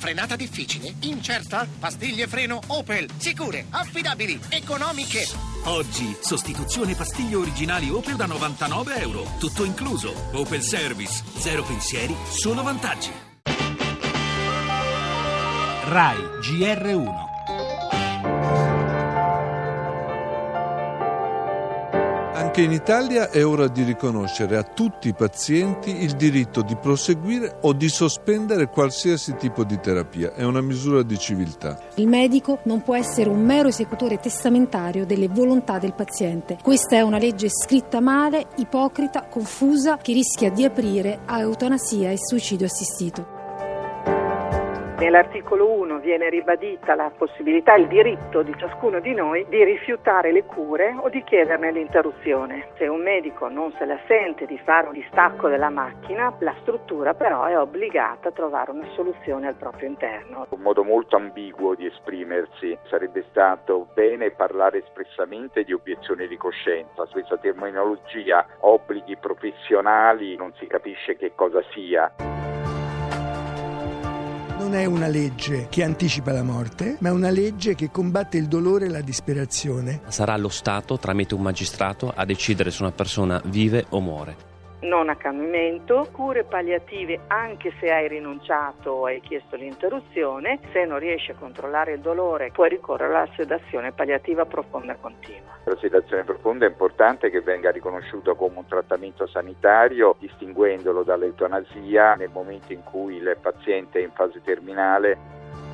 Frenata difficile? Incerta? Pastiglie freno Opel. Sicure, affidabili, economiche. Oggi, sostituzione pastiglie originali Opel da €99. Tutto incluso. Opel Service. Zero pensieri, solo vantaggi. RAI GR1. Anche in Italia è ora di riconoscere a tutti i pazienti il diritto di proseguire o di sospendere qualsiasi tipo di terapia. È una misura di civiltà. Il medico non può essere un mero esecutore testamentario delle volontà del paziente. Questa è una legge scritta male, ipocrita, confusa, che rischia di aprire a eutanasia e suicidio assistito. Nell'articolo 1 viene ribadita la possibilità, il diritto di ciascuno di noi di rifiutare le cure o di chiederne l'interruzione. Se un medico non se la sente di fare un distacco della macchina, la struttura però è obbligata a trovare una soluzione al proprio interno. Un modo molto ambiguo di esprimersi. Sarebbe stato bene parlare espressamente di obiezione di coscienza. Questa terminologia, obblighi professionali, non si capisce che cosa sia. Non è una legge che anticipa la morte, ma è una legge che combatte il dolore e la disperazione. Sarà lo Stato, tramite un magistrato, a decidere se una persona vive o muore. Non accanimento, cure palliative anche se hai rinunciato o hai chiesto l'interruzione. Se non riesci a controllare il dolore puoi ricorrere alla sedazione palliativa profonda e continua. La sedazione profonda è importante che venga riconosciuto come un trattamento sanitario, distinguendolo dall'eutanasia nel momento in cui il paziente è in fase terminale.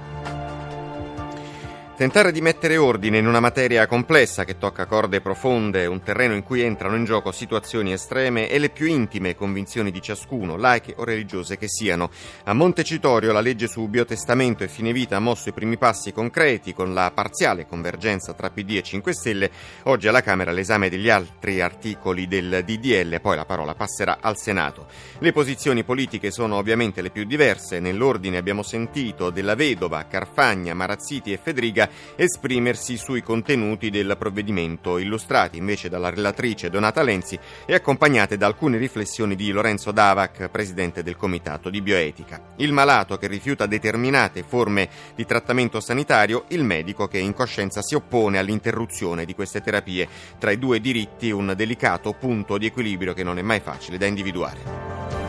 Tentare di mettere ordine in una materia complessa che tocca corde profonde, un terreno in cui entrano in gioco situazioni estreme e le più intime convinzioni di ciascuno, laiche o religiose che siano. A Montecitorio la legge su biotestamento e fine vita ha mosso i primi passi concreti con la parziale convergenza tra PD e 5 Stelle. Oggi alla Camera l'esame degli altri articoli del DDL, poi la parola passerà al Senato. Le posizioni politiche sono ovviamente le più diverse. Nell'ordine abbiamo sentito Della Vedova, Carfagna, Marazziti e Fedriga esprimersi sui contenuti del provvedimento, illustrati invece dalla relatrice Donata Lenzi e accompagnate da alcune riflessioni di Lorenzo Davac, presidente del Comitato di Bioetica. Il malato che rifiuta determinate forme di trattamento sanitario, il medico che in coscienza si oppone all'interruzione di queste terapie. Tra i due diritti un delicato punto di equilibrio che non è mai facile da individuare.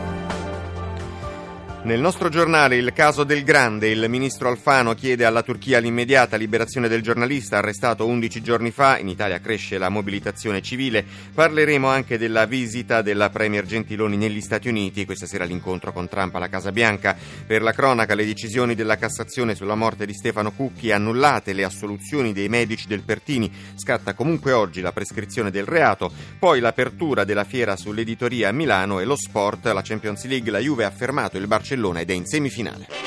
Nel nostro giornale il caso del Grande, il ministro Alfano chiede alla Turchia l'immediata liberazione del giornalista arrestato 11 giorni fa, in Italia cresce la mobilitazione civile, parleremo anche della visita della Premier Gentiloni negli Stati Uniti, questa sera l'incontro con Trump alla Casa Bianca. Per la cronaca le decisioni della Cassazione sulla morte di Stefano Cucchi annullate, le assoluzioni dei medici del Pertini, scatta comunque oggi la prescrizione del reato, poi l'apertura della fiera sull'editoria a Milano e lo sport, la Champions League, la Juve ha fermato il Barcellona ed è in semifinale.